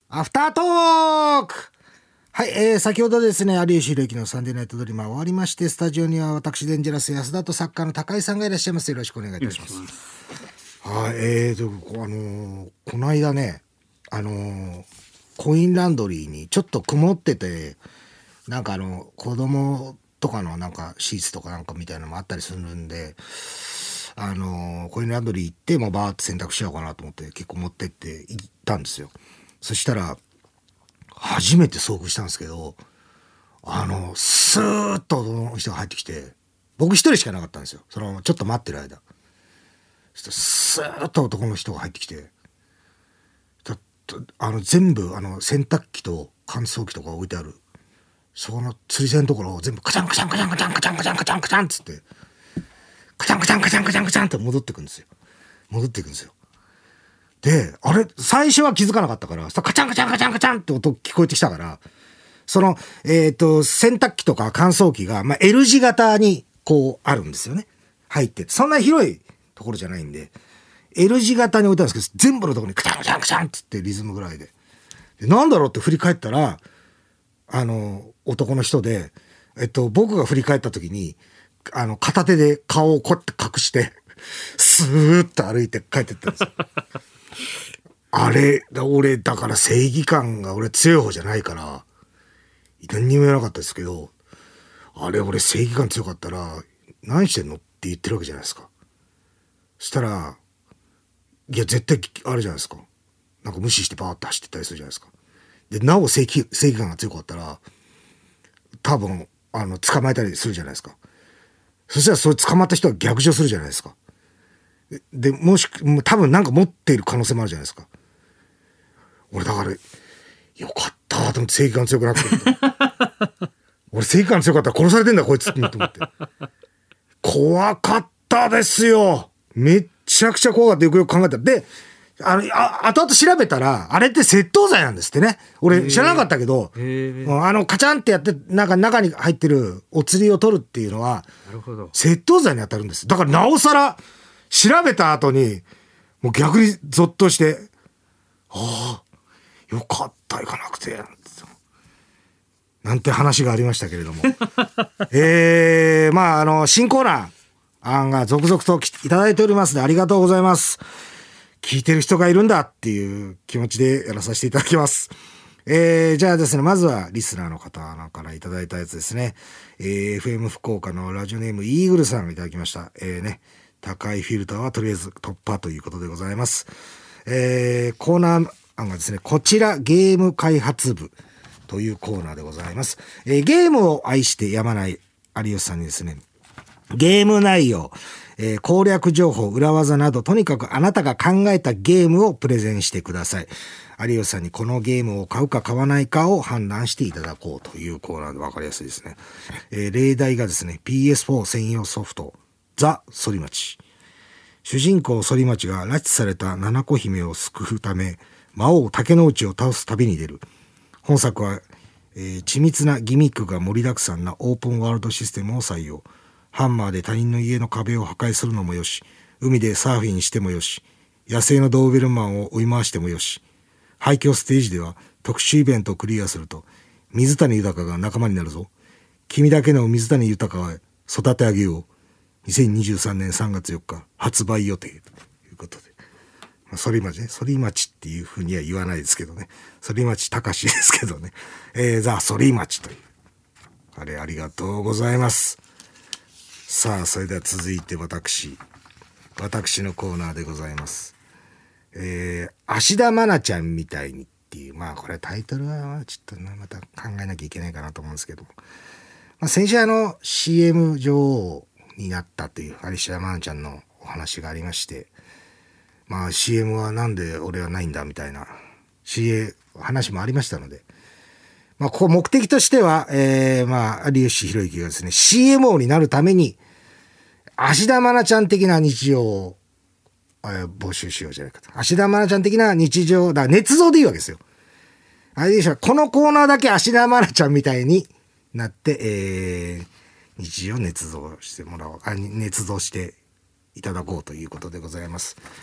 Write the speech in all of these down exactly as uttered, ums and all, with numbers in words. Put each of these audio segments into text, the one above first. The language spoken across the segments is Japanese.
アフタートーク。はい、えー、先ほどですね、有吉弘行のサンデーナイトドリーマー終わりまして、スタジオには私デンジャラス安田と作家の高井さんがいらっしゃいます。よろしくお願いいたします。はい、えーと、あのー、この間ね、あのー、コインランドリーにちょっと曇ってて、なんかあの子供とかのなんかシーツとかなんかみたいなのもあったりするんで、あのー、コインランドリー行ってもうバーって洗濯しようかなと思って結構持ってって行ったんですよ。そしたら初めて遭遇したんですけど、あのスーッと男の人が入ってきて、僕一人しかなかったんですよ、そのちょっと待ってる間。そしたらスーッと男の人が入ってきて、あの全部あの洗濯機と乾燥機とか置いてあるそこの釣り線のところを全部カチャンカチャンカチャンカチャンカチャンカチャンカチャンカチャンっつってカチャンカチャンカチャンカチャンカチャンって戻ってくんですよ。戻っていくんですよ。で、あれ最初は気づかなかったから、カチャンカチャンカチャンカチャンって音聞こえてきたから、そのえっと洗濯機とか乾燥機がまあ L 字型にこうあるんですよね。入ってそんな広いところじゃないんで L 字型に置いたんですけど、全部のところにカチャンカチャンカチャンっつってリズムぐらいで、でなんだろうって振り返ったら、あの男の人で、えっと僕が振り返った時にあの片手で顔をこうやって隠してスーッと歩いて帰ってったんですよ。あれ俺だから正義感が俺強い方じゃないから何にも言わなかったですけど、あれ俺正義感強かったら何してんのって言ってるわけじゃないですか。そしたらいや絶対あれじゃないですか、なんか無視してバーって走ってったりするじゃないですか。でなお正義、正義感が強かったら多分あの捕まえたりするじゃないですか。そしたらそれ捕まった人は逆上するじゃないですか。でもし多分なんか持っている可能性もあるじゃないですか。俺だからよかったと思って、正義感強くなってる俺正義感強かったら殺されてんだこいつって思って怖かったですよ。めっちゃくちゃ怖かった。よくよく考えたら、であのあ後々調べたらあれって窃盗罪なんですってね。俺知らなかったけど、あのカチャンってやってなんか中に入ってるお釣りを取るっていうのは窃盗罪に当たるんです。だからなおさら調べた後にもう逆にゾッとして、ああよかった行かなくてなんて話がありましたけれどもえー、まああの新コーナー案が続々といただいておりますのでありがとうございます。聞いてる人がいるんだっていう気持ちでやらさせていただきます。えー、じゃあですね、まずはリスナーの方からいただいたやつですね。えー、エフエム 福岡のラジオネームイーグルさんがいただきました。えーね、高いフィルターはとりあえず突破ということでございます。えー、コーナー案がですね、こちらゲーム開発部というコーナーでございます。えー、ゲームを愛してやまない有吉さんにですね、ゲーム内容、えー、攻略情報、裏技など、とにかくあなたが考えたゲームをプレゼンしてください。有吉さんにこのゲームを買うか買わないかを判断していただこうというコーナーで分かりやすいですね。えー、例題がですね、ピーエスフォー 専用ソフト、ザ・反町。主人公反町が拉致された七子姫を救うため、魔王竹之内を倒す旅に出る。本作は、えー、緻密なギミックが盛りだくさんなオープンワールドシステムを採用。ハンマーで他人の家の壁を破壊するのもよし、海でサーフィンしてもよし、野生のドーベルマンを追い回してもよし、廃墟ステージでは特殊イベントをクリアすると水谷豊が仲間になるぞ。君だけの水谷豊は育て上げよう。にせんにじゅうさんねんさんがつよっか発売予定ということで、まあ、反町ね、反町っていうふうには言わないですけどね、反町隆史ですけどね、えー、ザ・反町というあれありがとうございます。さあそれでは続いて私私のコーナーでございます。えー、芦田愛菜ちゃんみたいにっていう、まあこれタイトルはちょっとまた考えなきゃいけないかなと思うんですけども、まあ、先週あの シーエム 女王になったという芦田愛菜ちゃんのお話がありまして、まあ シーエム はなんで俺はないんだみたいな シーエー 話もありましたので、まあ、ここ目的としては、えー、まあ、有吉弘行がですね、シーエムオー になるために、芦田愛菜ちゃん的な日常を、えー、募集しようじゃないかと。芦田愛菜ちゃん的な日常、だから捏造でいいわけですよ。有吉はこのコーナーだけ芦田愛菜ちゃんみたいになって、えー、日常を捏造してもらおう、あ、捏造していただこうということでございます。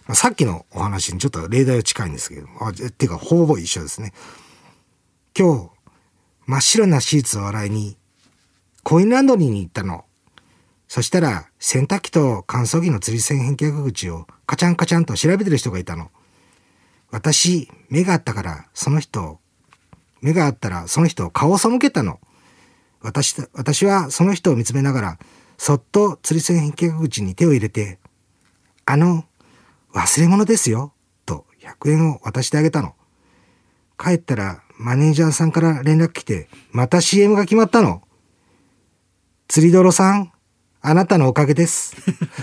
さっきのお話にちょっと例題は近いんですけど、あっていうかほぼ一緒ですね。今日真っ白なシーツを洗いにコインランドリーに行ったの。そしたら洗濯機と乾燥機の吊り線返却口をカチャンカチャンと調べてる人がいたの。私目があったからその人目があったらその人顔を背けたの。私私はその人を見つめながらそっと吊り線返却口に手を入れて、あの忘れ物ですよとひゃくえんを渡してあげたの。帰ったらマネージャーさんから連絡来て、また シーエム が決まったの。釣り泥さん、あなたのおかげです。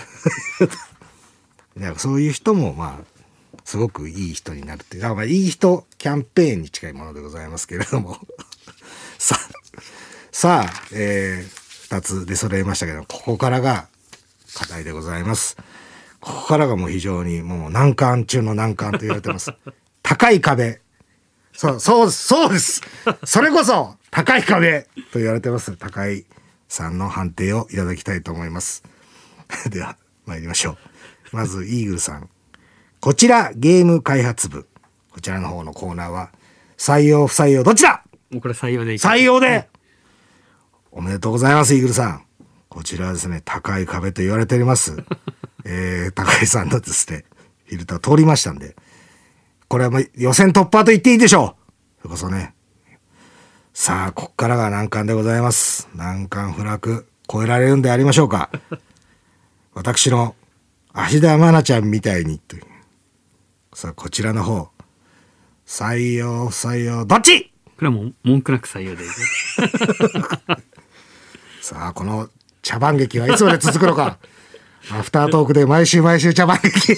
そういう人もまあすごくいい人になるっていう、まあ、いい人キャンペーンに近いものでございますけれどもさあさあ、えー、ふたつ出揃えましたけど、ここからが課題でございます。ここからがもう非常にもう難関中の難関と言われてます。高い壁。そう、そうです、そうです。それこそ高い壁と言われてます。高井さんの判定をいただきたいと思います。では参りましょう。まずイーグルさん。こちらゲーム開発部。こちらの方のコーナーは採用不採用どっちだ？ もうこれ採用でいい。 採用で、はい、おめでとうございますイーグルさん。こちらはですね、高い壁と言われております。えー、高井さんのですね、フィルター通りましたんで、これはもう予選突破と言っていいでしょう。それこそね。さあ、こっからが難関でございます。難関不落、超えられるんでありましょうか。私の芦田愛菜ちゃんみたいにという。さあ、こちらの方。採用、不採用、どっち？ これはもう文句なく採用でいい。 さあ、この茶番劇はいつまで続くのか。アフタートークで毎週毎週茶番劇。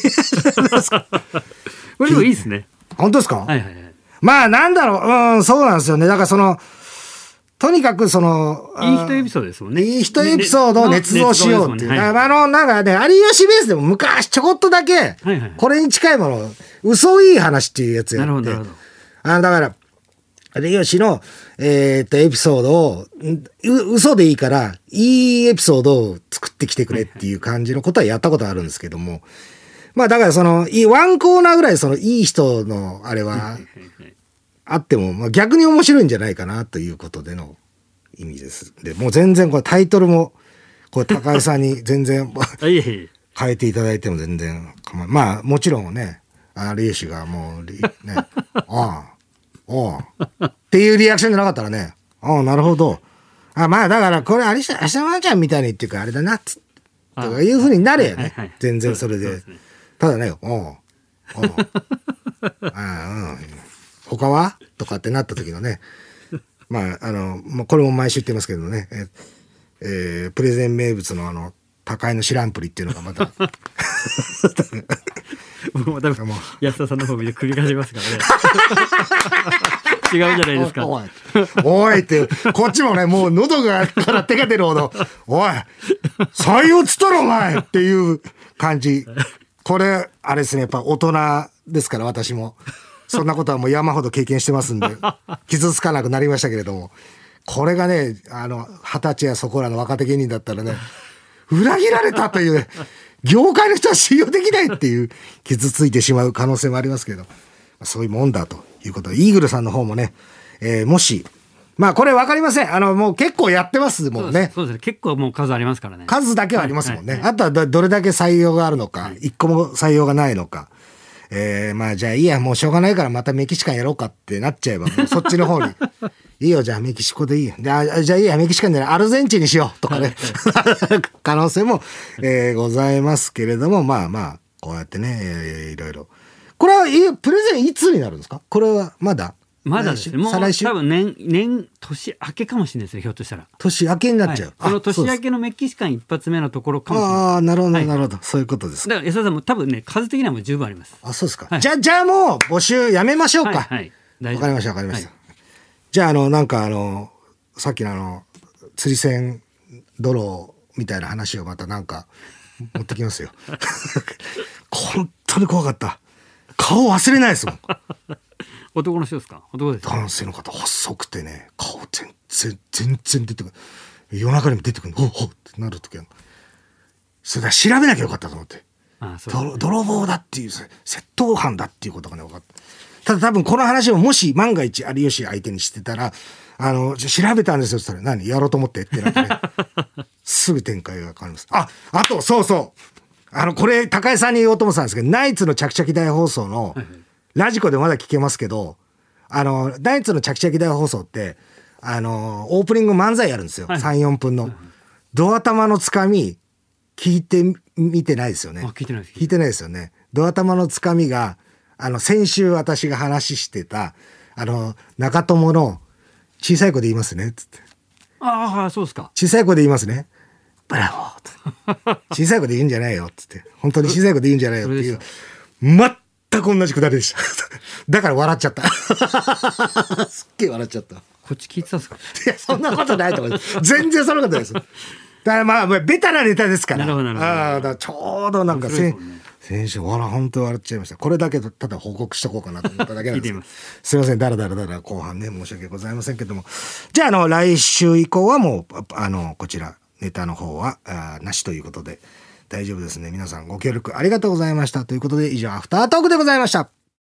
これでもいいですね。 本当ですか？ はいはいはい。 まあなんだろう、うん、そうなんですよね。だからそのとにかくそのいい人エピソードですもんね。 いい人エピソードを捏造しようっていう。ね、はい、あのなんかね、有吉ベースでも昔ちょこっとだけ、はいはいはい、これに近いもの、嘘いい話っていうやつやって。なるほどなるほど。あのだから有吉の、えー、っとエピソードをう嘘でいいからいいエピソードを作ってきてくれっていう感じのことはやったことあるんですけども、まあだからそのワンコーナーぐらいそのいい人のあれはあっても、まあ、逆に面白いんじゃないかなということでの意味です。でもう全然これタイトルもこれ高井さんに全然変えていただいても全然構わない。まあもちろんね、有吉がもうねああおうっていうリアクションじゃなかったらね、ああなるほど、あまあだからこれ有吉芦田愛菜ちゃんみたいにっていうかあれだなっつとかいうふうになれよね、はいはい、全然それで、ね、ただねおうおうあ、うん、他はとかってなった時のね、まああの、まあ、これも毎週言ってますけどね、ええー、プレゼン名物のあの高井の知らんぷりっていうのがまた僕も多分安田さんの方見て首がしますからね。違うんじゃないですか。 おいおいってこっちもねもう喉がから手が出るほどおい採用つったろお前っていう感じ。これあれですね、やっぱ大人ですから私もそんなことはもう山ほど経験してますんで傷つかなくなりましたけれども、これがねあの二十歳やそこらの若手芸人だったらね裏切られたという、ね、業界の人は信用できないっていう傷ついてしまう可能性もありますけど、そういうもんだということで、イーグルさんの方もね、えー、もしまあこれ分かりません、あのもう結構やってますもんね。 そうですね、結構もう数ありますからね。 数だけはありますもんね、はいはいはい、あとはどれだけ採用があるのか、一、はい、個も採用がないのか、えー、まあじゃあいいやもうしょうがないからまたメキシカンやろうかってなっちゃえばもうそっちの方にいいよじゃあメキシコでいいよ、じゃあ、じゃあいいやメキシカンでアルゼンチンにしようとかね可能性も、えー、ございますけれども、まあまあこうやってね、えー、いろいろこれはプレゼンいつになるんですか？これはまだまだですね。もう多分年年年明けかもしれないですね。ひょっとしたら年明けになっちゃう、はい、 この年明けのメキシカン一発目のところかもしれない。ああなるほどなるほど、はい、そういうことですか。 だから安田さんも多分ね数的にはもう十分あります。 あそうですか、はい、じゃあじゃあもう募集やめましょうか。はい、はい、わかりましたわかりました、はい、じゃああのなんかあのさっきのあの釣り線泥みたいな話をまたなんか持ってきますよ本当に怖かった、顔忘れないですもん男の人ですか？男ですか？ 男性の方細くてね顔全然全然出てくる、夜中にも出てくる、ほうほうってなるときはそれだ調べなきゃよかったと思ってああそうね、 泥棒だっていう窃盗犯だっていうことがね分かった。ただ多分この話をもし万が一有吉相手にしてたら、あの調べたんですよって言ったら、何やろうと思ってってなってねすぐ展開が変わります。あ、あとそうそうあのこれ高井さんに言おうと思ってたんですけど、ナイツのチャキチャキ大放送のラジコでまだ聞けますけど、あのナイツのチャキチャキ大放送ってあのオープニング漫才やるんですよ、はい、さん、よんぷんの、はい、ドア玉のつかみ聞いてみてないですよね。 あ、聞いてないです。 聞いてないですよね。ドア玉のつかみがあの先週私が話してたあの中友の小さい子で言いますねっつって、 ああそうですか、 小さい子で言いますねブラボー小さい子で言うんじゃないよっつって、本当に小さい子で言うんじゃないよっていう全く同じくだりでしただから笑っちゃったすっげえ笑っちゃった。 こっち聞いてたんですか。 いやそんなことないと思います全然そんなことないです。だからまあベタなネタですから。 なるほどなるほど。 ああだからちょうどなんかせ、 ね、 先週わら本当に笑っちゃいました。これだけただ報告しとこうかなと思っただけなんですけどすいませんだらだらだら後半ね申し訳ございませんけども、じゃああの来週以降はもうあのこちらネタの方はあなしということで大丈夫ですね。皆さんご協力ありがとうございましたということで、以上アフタートークでございました。